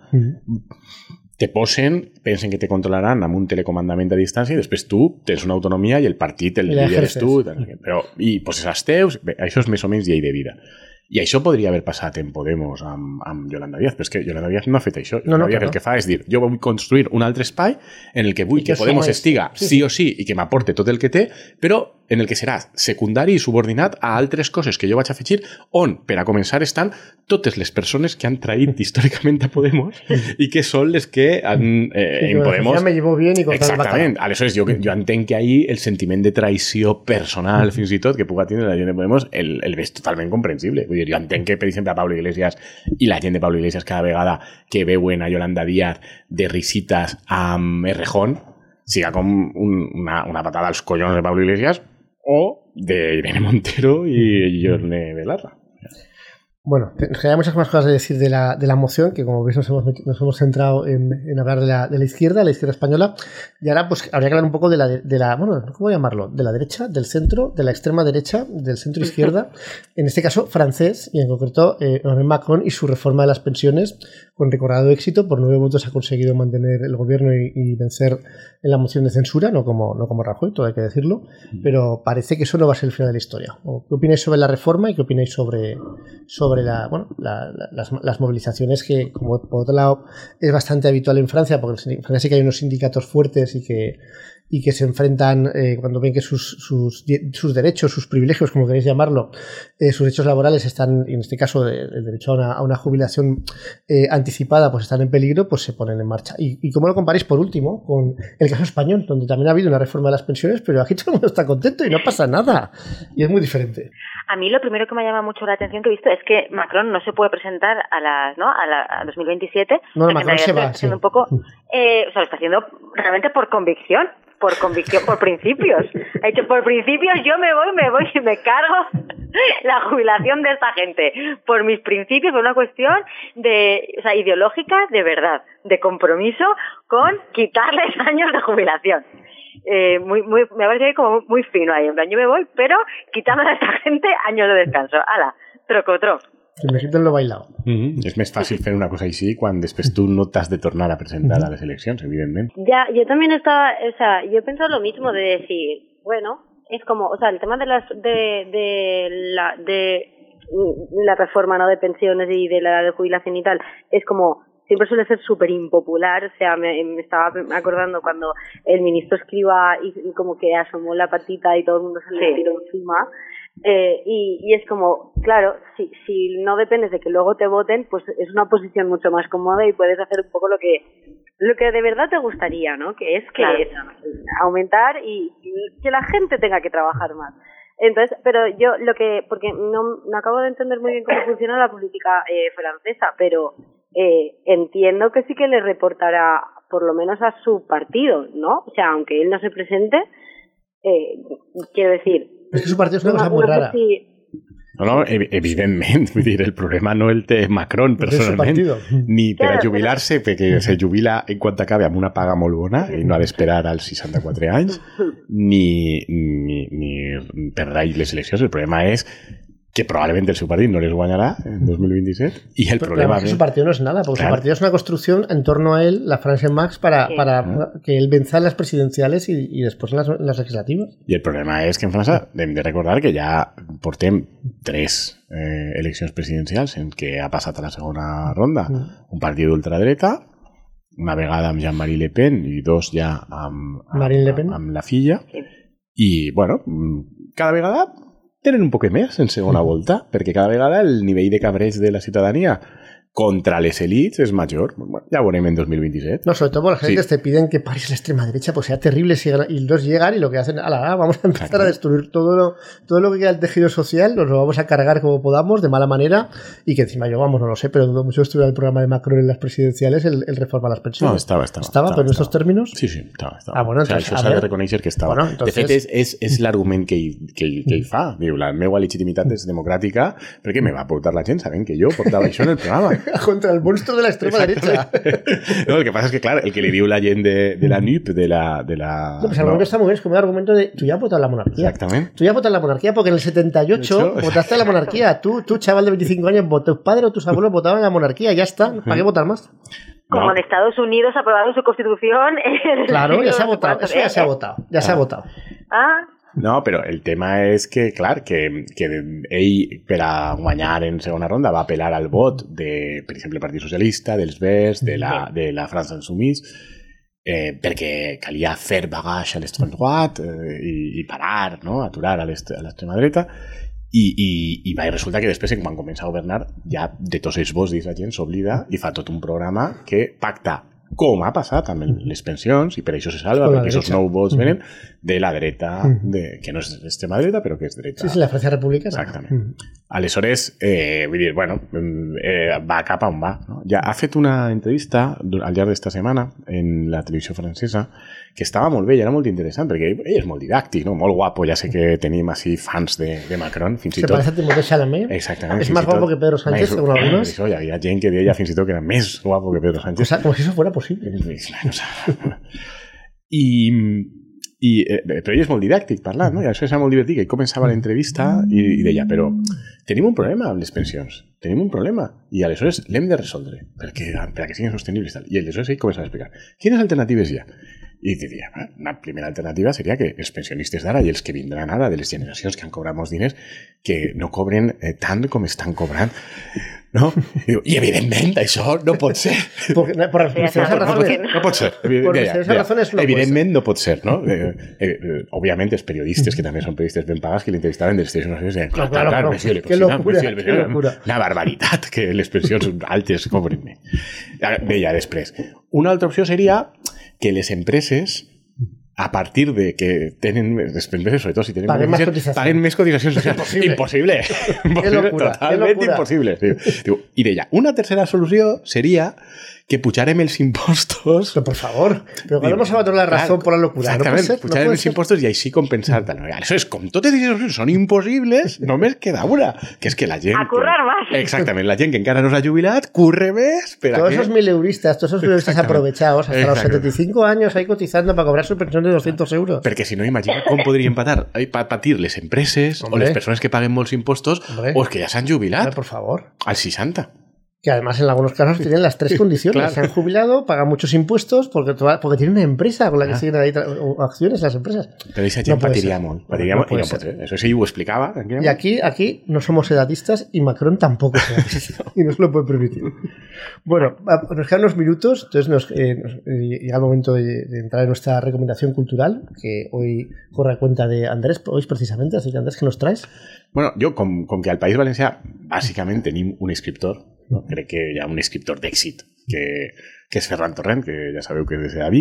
te posen, pensen que te controlaran amb un telecomandament a distància i després tu tens una autonomia i el partit el lideres tu. Però, i poses els teus, bé, això és més o menys llei de vida. I això podria haver passat en Podemos amb Yolanda Díaz, però és que Yolanda Díaz no ha fet això. Yolanda Díaz el que fa és dir, jo vull construir un altre espai en el que vull que Podemos estiga sí o sí i que m'aporte tot el que té, però en el que serà secundari i subordinat a altres coses que jo vaig afegir, on, per a començar, estan totes les persones que han traït històricament a Podemos i que són les que en Podemos... Ja me llevo bien i exactament. Aleshores, jo entenc que ahir el sentiment de traïció personal, fins i tot, que puga tindre la gent de Podemos, el veig totalment comprensible. Vull dir, jo entenc que, per exemple, a Pablo Iglesias i la gent de Pablo Iglesias cada vegada que veuen a Yolanda Díaz de risitas amb Errejón siga com una patada als collons de Pablo Iglesias o de Irene Montero y Yone Belarra. Bueno, hay muchas más cosas de decir de la moción, que como veis nos hemos centrado en hablar de la izquierda española, y ahora pues habría que hablar un poco de la bueno, ¿cómo llamarlo? De la derecha, del centro, de la extrema derecha, del centro izquierda, en este caso francés, y en concreto Emmanuel Macron y su reforma de las pensiones, con recordado éxito, por 9 votos ha conseguido mantener el gobierno y vencer en la moción de censura, no como Rajoy, todo hay que decirlo, pero parece que eso no va a ser el final de la historia. ¿Qué opináis sobre la reforma y qué opináis sobre las movilizaciones que, como por otro lado es bastante habitual en Francia, porque en Francia sí que hay unos sindicatos fuertes y que se enfrentan cuando ven que sus derechos, sus privilegios, como queréis llamarlo, sus derechos laborales están, y en este caso el derecho a una jubilación anticipada, pues están en peligro, pues se ponen en marcha. ¿Y cómo lo comparáis, por último, con el caso español, donde también ha habido una reforma de las pensiones, pero aquí todo el mundo está contento y no pasa nada? Y es muy diferente. A mí lo primero que me llama mucho la atención que he visto es que Macron no se puede presentar a 2027. No, Macron se va, sí. Un poco, lo está haciendo realmente por convicción. por convicción, por principios. Ha dicho, por principios yo me voy y me cargo la jubilación de esta gente. Por mis principios, por una cuestión ideológica de verdad, de compromiso con quitarles años de jubilación. Me parece como muy fino ahí, en plan, yo me voy, pero quitando a esta gente años de descanso. Ala, trocotro. Que me quiten lo bailado. És més fàcil fer una cosa així quan després tu no t'has de tornar a presentar a les eleccions, evidentment. Ya, yo también estaba, yo he pensado lo mismo de decir, bueno, es como, el tema de la reforma, ¿no?, de pensiones y de la edad de jubilación y tal, es como, siempre suele ser súper impopular. Me estaba acordando cuando el ministro Escrivá y como que asomó la patita y todo el mundo se le tiró encima. Y es como, claro, si no dependes de que luego te voten, pues es una posición mucho más cómoda y puedes hacer un poco lo que de verdad te gustaría, ¿no? Que es aumentar y que la gente tenga que trabajar más. Entonces, pero yo porque no acabo de entender muy bien cómo funciona la política francesa, pero entiendo que sí que le reportará por lo menos a su partido, ¿no? O sea, aunque él no se presente, quiero decir... Es que su partido es una cosa muy rara. No, evidentment. Vull dir, el problema no el té Macron personalment, ni per a jubilar-se, perquè se jubila en quan acabe amb una paga molt bona i no ha d'esperar als 64 anys, ni perdrà les eleccions. El problema és que probablemente el su partido no les guanyará en 2027 y el problema es que su partido no es nada, porque su partido es una construcción en torno a él, la France En Marche, para que él venza en las presidenciales y después en las legislativas. Y el problema es que en Francia hem de recordar que ja portem 3 eleccions presidencials en què ha passat a la segona ronda un partit d'ultradreta, una vegada amb Jean-Marie Le Pen i 2 ja amb la filla, i bueno, cada vegada tenen un poc més en segona volta, perquè cada vegada el nivell de cabreig de la ciutadania contra les elites es mayor. Bueno, ya veremos en 2027. No, sobre todo porque las gentes te piden que pares la extrema derecha, pues sea terrible y los llegan y lo que hacen, vamos a empezar a destruir todo lo que queda del tejido social, nos lo vamos a cargar como podamos, de mala manera, y que encima yo, no lo sé, pero dudo mucho estudiar el programa de Macron en las presidenciales, el reforma las pensiones. No, estaba, pero en estos términos... Sí, estaba. Bueno, entonces, això s'ha de reconèixer que estava. Bueno, entonces... De fet, és l'argument que ell fa. Diu, la meva legitimitat és democràtica perquè me va votar la gent sabent que jo portava això en el programa. Contra el monstruo de la extrema derecha. No, el que pasa es que, claro, el que le dio la gent de la NUP, de la... No, pues el argumento está muy bien, es como el argumento de tú ya has votado la monarquía. Exactamente. Tú ya has votado la monarquía porque en el 78 votaste la monarquía. Tú, chaval de 25 años, tus padres o tus abuelos votaban la monarquía, ya está. ¿Para qué votar más? Como en Estados Unidos ha aprobado su constitución. Claro, ya se ha votado. Eso ya se ha votado. Ya se ha votado. No, però el tema és que, clar, que ell, per a guanyar en segona ronda, va apel·lar al vot de, per exemple, el Partit Socialista, dels Verds, de la France Insoumise, perquè calia fer bagage a l'extreme droite i parar, no?, aturar a l'extrema dreta, i resulta que després, quan comença a governar, ja de tots els vots d'aquesta gent s'oblida i fa tot un programa que pacta, com ha passat amb les pensions, i per això se salva, perquè aquests 9 vots venen de la dreta, que no és extrema dreta, però que és dreta. Sí, la Francia republicana. Exactament. Aleshores, vull dir, bueno, va cap a on va. No? Ja ha fet una entrevista al llarg d'esta setmana en la televisió francesa que estava molt bé i era molt interessant, perquè ell és molt didàctic, no? Molt guapo, ja sé que tenim així fans de Macron, fins i tot... Se parece a Timothée Chalamet. Exactament. És més guapo que Pedro Sánchez, según algunos. Hi havia gent que deia fins i tot que era més guapo que Pedro Sánchez. O sea, como si eso fuera posible. Però ell és molt didàctic parlant, no? I això és molt divertit, que ell començava l'entrevista i deia, però tenim un problema amb les pensions, tenim un problema, i aleshores l'hem de resoldre per a que siguin sostenibles. I aleshores ell començava a explicar, quines alternatives hi ha? I diria, una primera alternativa seria que els pensionistes d'ara i els que vindran ara de les generacions que han cobrat molts diners que no cobren tant com estan cobrant, no? I evidentment això no pot ser. Por esas razones no pot ser. Evidentment no pot ser, no? Òbviament els periodistes, que també són periodistes ben pagats, que l'entrevistaven de les televisions, clar, que locura. Una barbaritat que les pensions altes cobren. Deia després, una altra opció seria que les empreses, a partir de que tenen les empreses, sobretot si tenen paguen més cotitzacions socials. Impossible. Totalment impossible. I deia, una tercera solució seria que pujarem els impostos... Però, per favor, però quan hemos abandonat la razón por la locura. Exactament, pujarem els impostos i així compensar tal. Això és, com totes les decisions són impossibles, només queda una, que és que la gent... A currar más. Exactament, la gent que encara no s'ha jubilat, curre més... Todos esos mileuristas, todos esos mileuristas aprovechados hasta los 75 años ahí cotizando para cobrar su pensión de 200 euros. Perquè si no, imagina com podrien patir les empreses o les persones que paguen molts impostos o els que ja s'han jubilat. Por favor. Al 60. Que además en algunos casos tienen las tres condiciones. Claro. Se han jubilado, pagan muchos impuestos porque tienen una empresa con la que siguen ahí acciones las empresas. Pero esa gente patiría molt. Eso sí ho explicaba. Y aquí no somos edatistas y Macron tampoco es edatista y no se lo puede permitir. Bueno, nos quedan unos minutos, entonces llega el momento de entrar en nuestra recomendación cultural, que hoy corre a cuenta de Andrés, hoy precisamente, así que Andrés, ¿qué nos traes? Bueno, jo, com que al País Valencià bàsicament tenim un escriptor, no? Crec que hi ha un escriptor d'èxit, que és Ferran Torrent, que ja sabeu que és de Sedaví,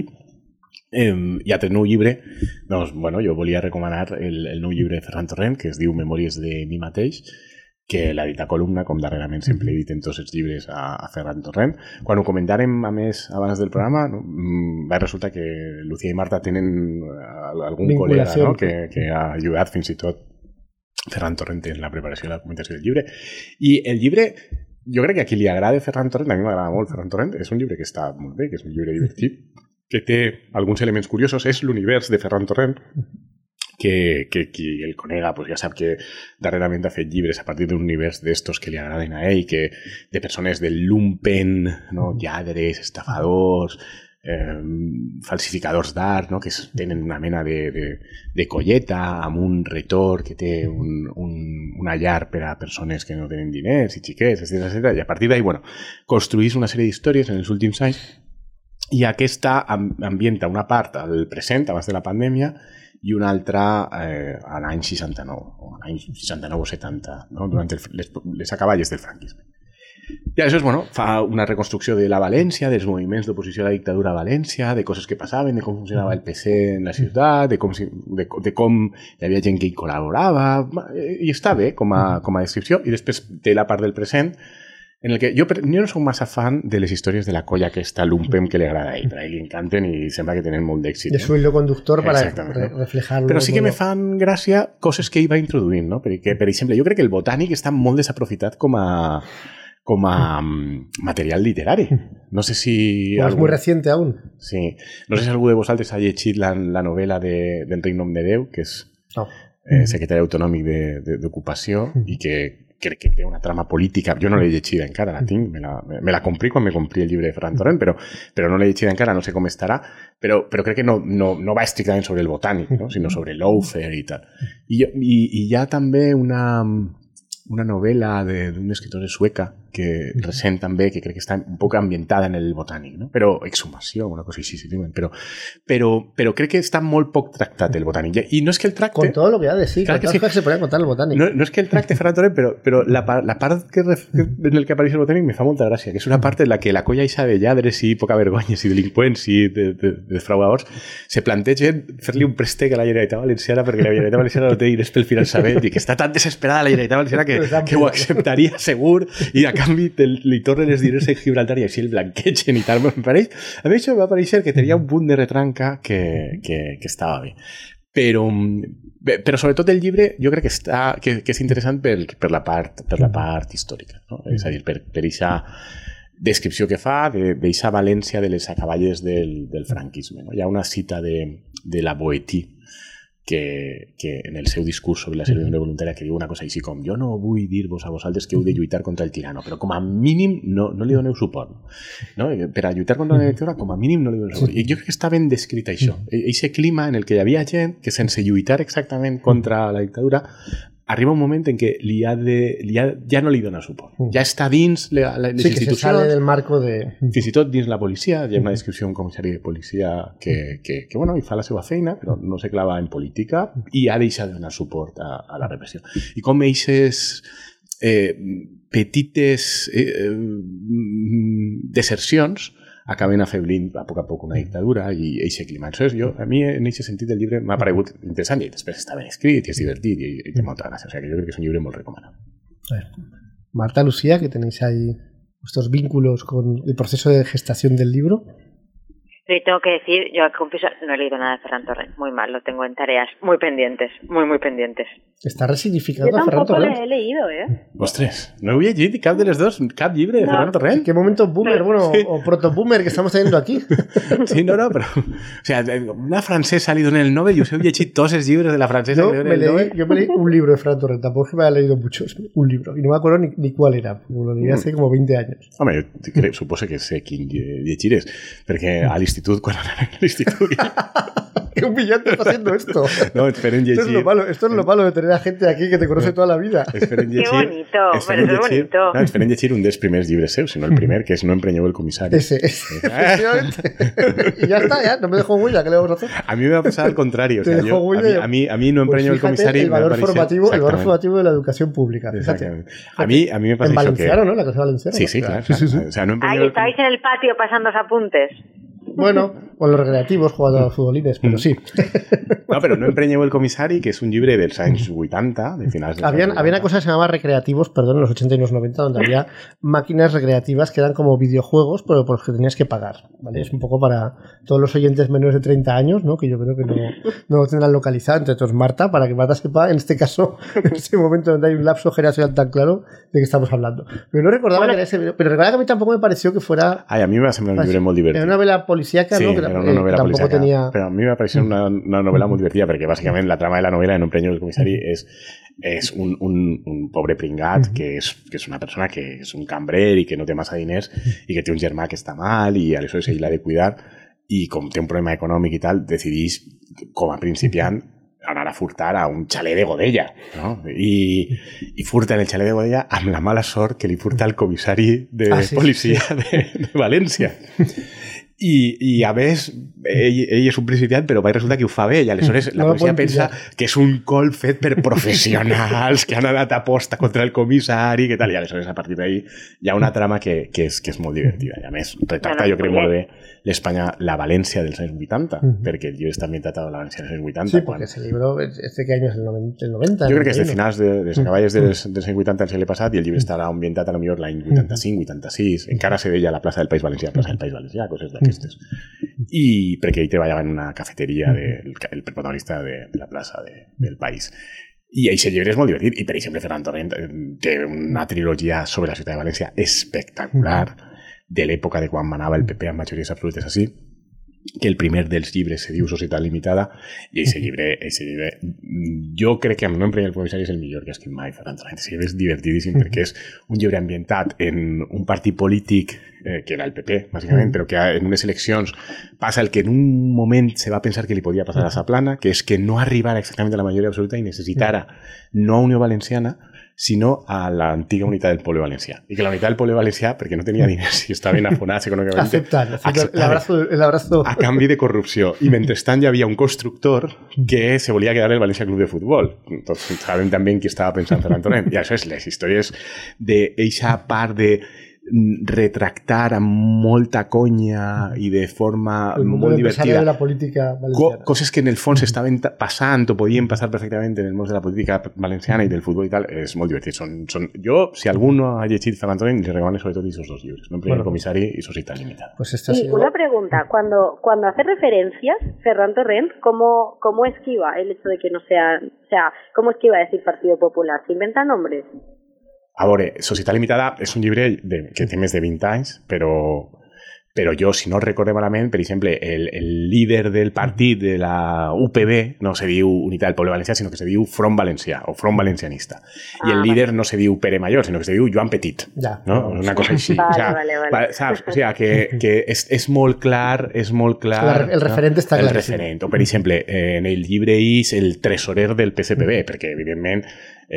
i altre nou llibre, doncs, bueno, jo volia recomanar el nou llibre de Ferran Torrent, que es diu Memòries de mi mateix, que l'ha dit a Columna, com darrerament sempre he dit en tots els llibres a Ferran Torrent. Quan ho comentàrem, a més, abans del programa, no, va resultar que Lucía i Marta tenen algun col·lega, no? que ha ajudat fins i tot Ferran Torrent en la preparació i la documentació del llibre. I el llibre, jo crec que a qui li agrada Ferran Torrent, a mi m'agrada molt Ferran Torrent, és un llibre que està molt bé, que és un llibre divertit, que té alguns elements curiosos, és l'univers de Ferran Torrent, que qui el conega pues ja sap que darrerament ha fet llibres a partir d'un univers d'estos que li agraden a ell, que de persones del lumpen, no? Lladres, estafadors, falsificadors d'art, no? Que tenen una mena de colleta amb un retor que té una llar per a persones que no tenen diners i xiquets, etc. I a partir d'ahí, bueno, construís una sèrie d'històries en els últims anys i aquesta ambienta una part al present, abans de la pandèmia, i una altra a l'any 69, o l'any 69 o 70, no? Durant les acaballes del franquisme. I aleshores, bueno, fa una reconstrucció de la València, dels moviments d'oposició a la dictadura a València, de coses que passaven, de com funcionava el PC en la ciutat, de com hi havia gent que hi col·laborava, i està bé com a descripció. I després té la part del present, en el que jo no soc massa fan de les històries de la colla aquesta Lumpem que li agrada a ell, però a ell li encanten i sembla que tenen molt d'èxit. De su hilo conductor para reflejar-lo. Però sí que me fan gràcia coses que ell va introduint, no? Perquè, per exemple, jo crec que el botànic està molt desaprofitat com a material literari. No sé si... Es muy reciente aún. Sí. No sé si algú de vosaltres ha llegit la novel·la d'Enric Nom de Déu, que és secretari autonòmic d'Ocupació i que crec que té una trama política. Jo no l'he llegida encara, la tinc. Me la compré quan me compré el llibre de Ferran Torrent, però no l'he llegida encara, no sé com estarà, però crec que no va estrictament sobre el botànic, no? Sinó sobre l'Ofer i tal. I hi ha també una novel·la d'una escriptora sueca que recent també, que crec que està un poc ambientada en el botànic, no? Però exhumació, una cosa així, sí, però crec que està molt poc tractat el botànic. I no és que el tracte... Con todo lo que ha de sí, claro que se podria contar el botànic. No és que el tracte Ferran Torrent, però la part en el que apareix el botànic me fa molta gràcia, que és una part en la que la colla ixa de lladres i poca vergonyes i delinqüents i de defraudadors se plantegen fer-li un préstec a la Generalitat Valenciana perquè la Generalitat Valenciana no té diners pel finançament i que està tan desesperada la Generalitat Valenciana que ho acceptaria segur i a canvi li tornen els diners a Gibraltar i així el blanquegen i tal. A mi això va parèixer que tenia un punt de retranca que estava bé. Però sobretot el llibre jo crec que és interessant per la part històrica, no? És a dir, per aquesta descripció que fa d'eixa València de les acaballes del franquisme, no? Hi ha una cita de la Boetí que en el seu discurs sobre la servidumbre voluntària que diu una cosa així com jo no vull dir-vos a vosaltres que heu de lluitar contra el tirano, però com a mínim no li doneu suport, no? Per a lluitar contra la dictadura com a mínim no li doneu suport. I jo crec que està ben descrit això, aquest clima en el que hi havia gent que sense lluitar exactament contra la dictadura arriba un moment en què ja no li dona suport. Ja està dins les institucions. Que se sale del marco de... Fins i tot dins la policia. Hi ha una descripció d'un comissari de policia que bueno, hi fa la seva feina, però no se clava en política i ha deixat de donar suport a la repressió. I com eixes petites desercions acaben afeblint a poc una dictadura i eixe clima. A mi en aquest sentit el llibre m'ha paregut interessant i després està ben escrit i és divertit i té molta gràcia. O sigui que jo crec que és un llibre molt recomanable. Marta, Lucía, que tenéis ahí vuestros vínculos con el proceso de gestación del libro. Pero tengo que decir, yo confieso, no he leído nada de Ferran Torrent, muy mal, lo tengo en tareas muy pendientes, muy pendientes. Está resignificando a Ferran Torrent. Yo tampoco le he leído, ¿eh? Ostres, no havia llegit cap de les dos, cap llibre de Ferran Torrent. ¿Qué momento boomer, bueno, sí, o proto-boomer que estamos teniendo aquí? Sí, no, pero... O sea, una francesa ha leído en el Nobel, yo he llegit tots els llibres de la francesa que leo en el Nobel. Yo me leí un libro de Ferran Torrent, tampoco es que me haya leído muchos, un libro, y no me acuerdo ni cuál era, lo leí hace como 20 años. Home, jo suposo que sé quin llegires, perquè a l'institut, quan anava a l'institut... Qué humillante está haciendo esto. No, esperen llegir. Esto es lo malo de tener a gente aquí que te conoce toda la vida. Esperen llegir. Qué bonito, pero es bonito. No, esperen llegir un dels primers llibres seus, sinó el primer, que és No emprenyeu el comissari. Ese. Y ya está, ya, no me dejó huella, ¿qué le vamos a hacer? A mí me va a pasar al contrario. O sea, a mí No emprenyeu el comissari... El valor formativo de la educación pública. Exactamente. A mí me pasa en eso valenciano, que... ¿no? La clase valenciana. Sí, claro. O sea, no Ahí estáis en el patio pasando los apuntes. Bueno, con los recreativos jugando a los futbolines, pero sí. No, pero No emprenyeu el comissari, que és un llibre dels anys 80, de finals dels Había una cosa que se llamaba recreativos, perdón, en los 80 y los 90, donde había máquinas recreativas que eran como videojuegos, pero por los que tenías que pagar, ¿vale? Es un poco para todos los oyentes menores de 30 años, ¿no? Que yo creo que no lo tendrán localizado, entre todos Marta, para que Marta sepa, en este caso, en este momento donde hay un lapso generacional tan claro de que estamos hablando. Pero no recordaba que era ese video, pero recuerda que a mí tampoco me pareció que fuera... Ay, a mí me va a semblar un llibre molt divertit. Era una novela policíaca, sí, ¿no? Que era una novela tampoco policíaca, tenía... pero a mí me va a parecer una novela muy divertida, perquè bàsicament la trama de la novela de No emprenyeu el comissari és un pobre pringat que és una persona que és un cambrer i que no té massa diners i que té un germà que està mal i aleshores ell l'ha de cuidar i com té un problema econòmic i tal, decideix com a principiant anar a furtar a un xalet de Godella, no? I furta en el xalet de Godella amb la mala sort que li furta el comissari de policia de València. I a més, ell és un principiant, però resulta que ho fa bé, i aleshores la policia pensa que és un colp fet per professionals que han anat a posta contra el comissari, que tal, i aleshores a partir d'ahí hi ha una trama que és molt divertida, i a més retracta, jo crec, molt bé l'Espanya, la València dels anys 80, perquè el llibre està ambientat a la València dels anys 80. Sí, porque ese libro, ¿qué año es? ¿El 90? Jo crec que és de finals de acaballes dels anys 80 del segle passat, i el llibre estarà ambientat a lo millor l'any 85-86, encara se deia la plaça del País Valencià, plaça del País Valencià, coses d'aquestes. I perquè ell treballava en una cafeteria el protagonista de la plaça del País. I aquest llibre és molt divertit. I, per exemple, Ferran Torrent té una trilogia sobre la ciutat de València espectacular, de l'època de quan manava el PP amb majories absolutes així, que el primer dels llibres se diu Societat Limitada, i aquest llibre jo crec que amb No emprenyeu el comissari és el millor que ha escrit mai Ferran Torrent. Aquest llibre és divertidíssim perquè és un llibre ambientat en un partit polític que era el PP, bàsicament, però que en unes eleccions passa el que en un moment se va pensar que li podia passar a Zaplana, que és que no arribara exactament a la majoria absoluta i necessitara no a Unió Valenciana, sinó a l'antiga unitat del poble valencià. I que la unitat del poble valencià, perquè no tenia diners i estaven afonats econòmicament, aceptar el abrazo a canvi de corrupció. I mentrestant hi havia un constructor que se volia quedar el València Club de Futbol. Tots sabem també en qui estava pensant Ferran Torrent. I això és les històries d'eixa part de retractar amb molta conya i de forma molt divertida de la política valenciana. Coses que en el fons estaven passant o podien passar perfectament en el món de la política valenciana i del futbol i tal, és molt divertit. Jo, si algú no ha llegit Ferran Torrent, li recomano sobretot aquests dos llibres, No emprenyeu el comissari y Societat Limitada. Pues y una pregunta, cuando hace referencias Ferran Torrent, ¿cómo esquiva el hecho de que no sea, o sea, cómo esquiva decir Partido Popular? ¿Se inventa nombres? A veure, Societat Limitada és un llibre que té més de 20 anys, però jo, si no recordo malament, per exemple, el líder del partit de la UPB no se diu Unitat del Poble Valencià, sinó que se diu Front Valencià o Front Valencianista. I el líder no se diu Pere Mayor, sinó que se diu Joan Petit. No? Una cosa així. Vale. Saps? O sigui, que és molt clar... El referent està clar. El referent. O, per exemple, en el llibre és el tresorer del PSPB, perquè, evidentment,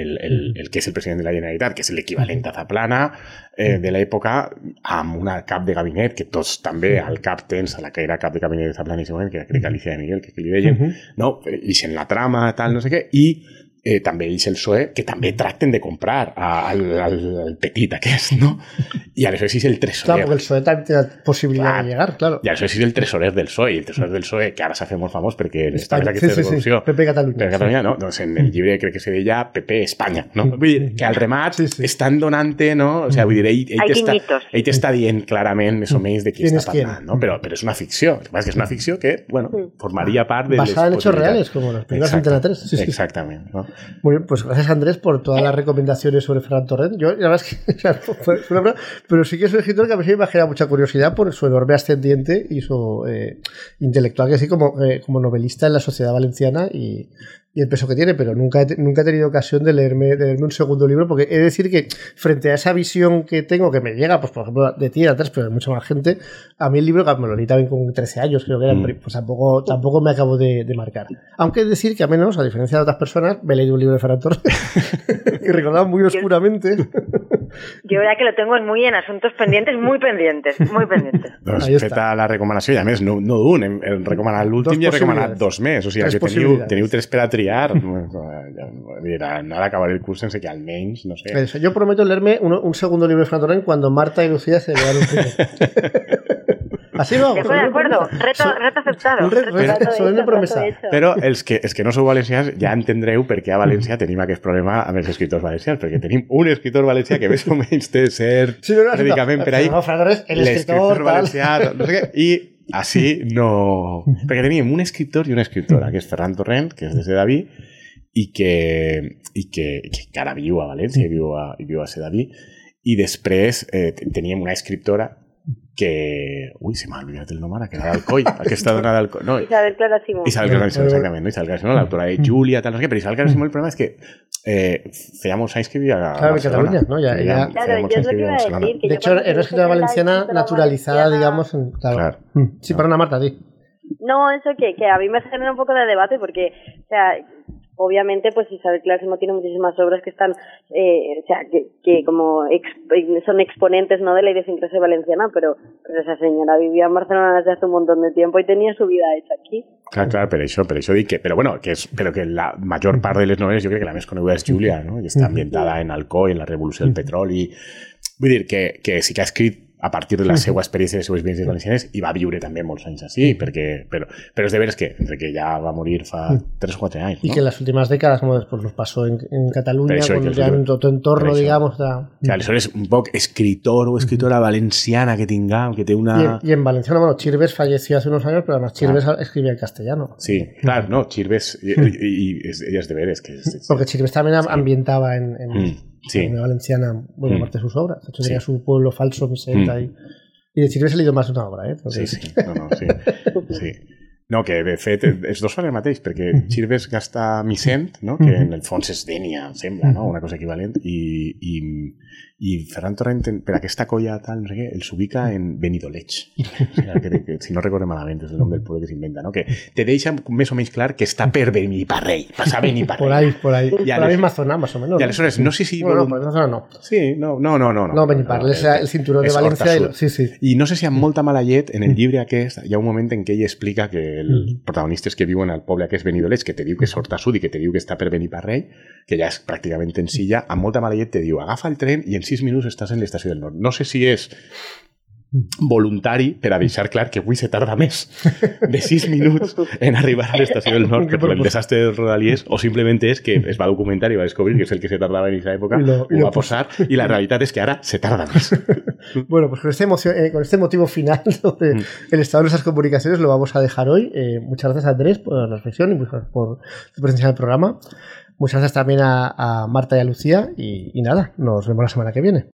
el que és el president de la Generalitat, que és l'equivalent a Zaplana de l'època, amb una cap de gabinet, que tots també al cap tens a la que era cap de gabinet de Zaplana i segurament, que crec que Alicia de Miguel, que li deien, no? I en la trama, tal, no sé què, i també ells el PSOE, que també tracten de comprar al petit aquest, no? I aleshores és el tresorer. Clar, perquè el PSOE també té la possibilitat de llegar, claro. I aleshores és el tresorer del PSOE, i el tresorer del PSOE, que ara s'ha fet molt famós perquè està en aquesta revolució. PP Catalunya. PP Catalunya, no? Doncs en el llibre crec que se deia PP Espanya, no? Vull dir, que al remat estan donant-te, no? O sigui, vull dir, ell t'està dient clarament més o menys de qui està parlant, no? Però és una ficció. El que passa és que és una ficció que, bueno, formaría parte de... Basada en hechos reales, como las películas de Antena 3. Sí. Exactamente. ¿No? Muy bien, pues gracias Andrés por todas las recomendaciones sobre Ferran Torrent. Yo, la verdad es que, pero sí que es un escritor que a mí me ha generado mucha curiosidad por su enorme ascendiente y su intelectual, que así como novelista en la sociedad valenciana y el peso que tiene, pero nunca he tenido ocasión de leerme un segundo libro, porque he de decir que frente a esa visión que tengo, que me llega, pues por ejemplo, de ti y de atrás, pero de mucha más gente, a mí el libro, que me lo leí también con 13 años, creo que era, pues tampoco me acabo de marcar. Aunque he de decir que a menos, a diferencia de otras personas, me he leído un libro de Ferran Torrent y recordaba muy oscuramente. Yo verdad que lo tengo muy en asuntos pendientes, muy pendientes. Doncs feta la recomanació, i a més, no d'un, hem recomanat l'últim i he recomanat 2 més, o sigui que teniu 3 per a triar. Nada acabar el curs sense que almenys, no sé. Eso, yo prometo leerme un segundo libro de Ferran Torrent cuando Marta y Lucía se lean un primero. Así lo hago. De acuerdo, reto aceptado. Solemne promesa. Però els que no sou valencians ja entendreu per què a València tenim aquest problema amb els escriptors valencians, perquè tenim un escritor valencià que més o menys té cert predicament per ahí. L'escriptor valencià, no sé què, i així no... Perquè teníem un escriptor i una escriptora, que és Ferran Torrent, que és de Sedaví, i que ara viu a València i viu a Sedaví, i després teníem una escriptora que... Ui, se m'ha oblidat el nom ara, que era d'Alcoi, aquesta dona d'Alcoi. No, Isabel Clara Simó. Isabel Clara Simó, exactament, no? Isabel Clara Simó, l'autora de Júlia, tal, no sé què, però Isabel Clara Simó el problema és que feia molts anys que vivia a Barcelona. Cataluña, ¿no? Claro, yo es lo que iba a decir. De hecho, era una escritora valenciana naturalizada, digamos. Claro. Sí, perdona, Marta, di. No, eso que a mí me genera un poco de debate porque, o sea, obviamente pues Isabel Clara Simó tiene muchísimas obras que están, o sea, que como son exponentes, ¿no?, de la idiosincrasia valenciana, pero esa señora vivía en Barcelona desde hace un montón de tiempo y tenía su vida hecha aquí. Clar, per això dic que... Però bueno, però que la major part de les novel·les jo crec que la més coneguda és Júlia, no? I està ambientada en Alcoi, en la revolució del petroli. Vull dir que sí que ha escrit a partir de la seva experiència, de les seves vides valencianes, i va viure també molts anys així, però és de veres que entre que ja va morir fa 3 o 4 anys, ¿no? Y que en las últimas décadas, como después los pasó en Cataluña, con ya en todo entorno, digamos. Aleshores, un poc escritor o escritora valenciana que tinguem, que té una... Y en valenciano, bueno, Chirves falleció hace unos años, pero además Chirves escribía en castellano. Sí, claro, no, Chirves, y ella es de veres. Porque Chirves también ambientaba en la valenciana buena parte de sus obras. De hecho, tenía su pueblo falso, Misenta, y de Chirves he leído más de una obra, ¿eh? Entonces... Sí. No, que de fet els dos fan el mateix, perquè Chirves gasta Misent, no? Que en el fons és Dènia, sembla, no? Una cosa equivalent, i Ferran Torrent, per aquesta colla tal, no sé què, els ubica en Benidoleig. O sigui, que, si no recordo malament, és el nom del poble que s'inventa, no? Que te deixa més o menys clar que està per Beniparrell, passa Beniparrell. Por ahí. Por la misma zona, más o menos. I aleshores, no sé si... Bueno, por esa zona no. Sí, no. No, Beniparrell és el cinturó de València. Sí. I no sé si amb molta mala llet, en el llibre aquest, hi ha un moment en què ell explica que els protagonistes que viuen al poble aquest Benidoleig, que te diu que és Horta-Sud i que te diu que està per Beniparrell, que ja és pràcticament en Silla, amb molta mala llet te diu, agafa el tren i en 6 minuts estàs en l'estació del Nord. No sé si és voluntari per a deixar clar que avui se tarda més de 6 minuts en arribar a l'estació del Nord per el desastre dels rodaliers, o simplement és que es va documentar i va descobrir que és el que se tardava en aquesta època, ho va posar, i la realitat és que ara se tarda més. Bueno, pues con este motivo final sobre el estado de nuestras comunicaciones lo vamos a dejar hoy. Muchas gracias, Andrés, por la reflexión y por tu presencia en el programa. Muchas gracias también a Marta y a Lucía, y nada, nos vemos la semana que viene.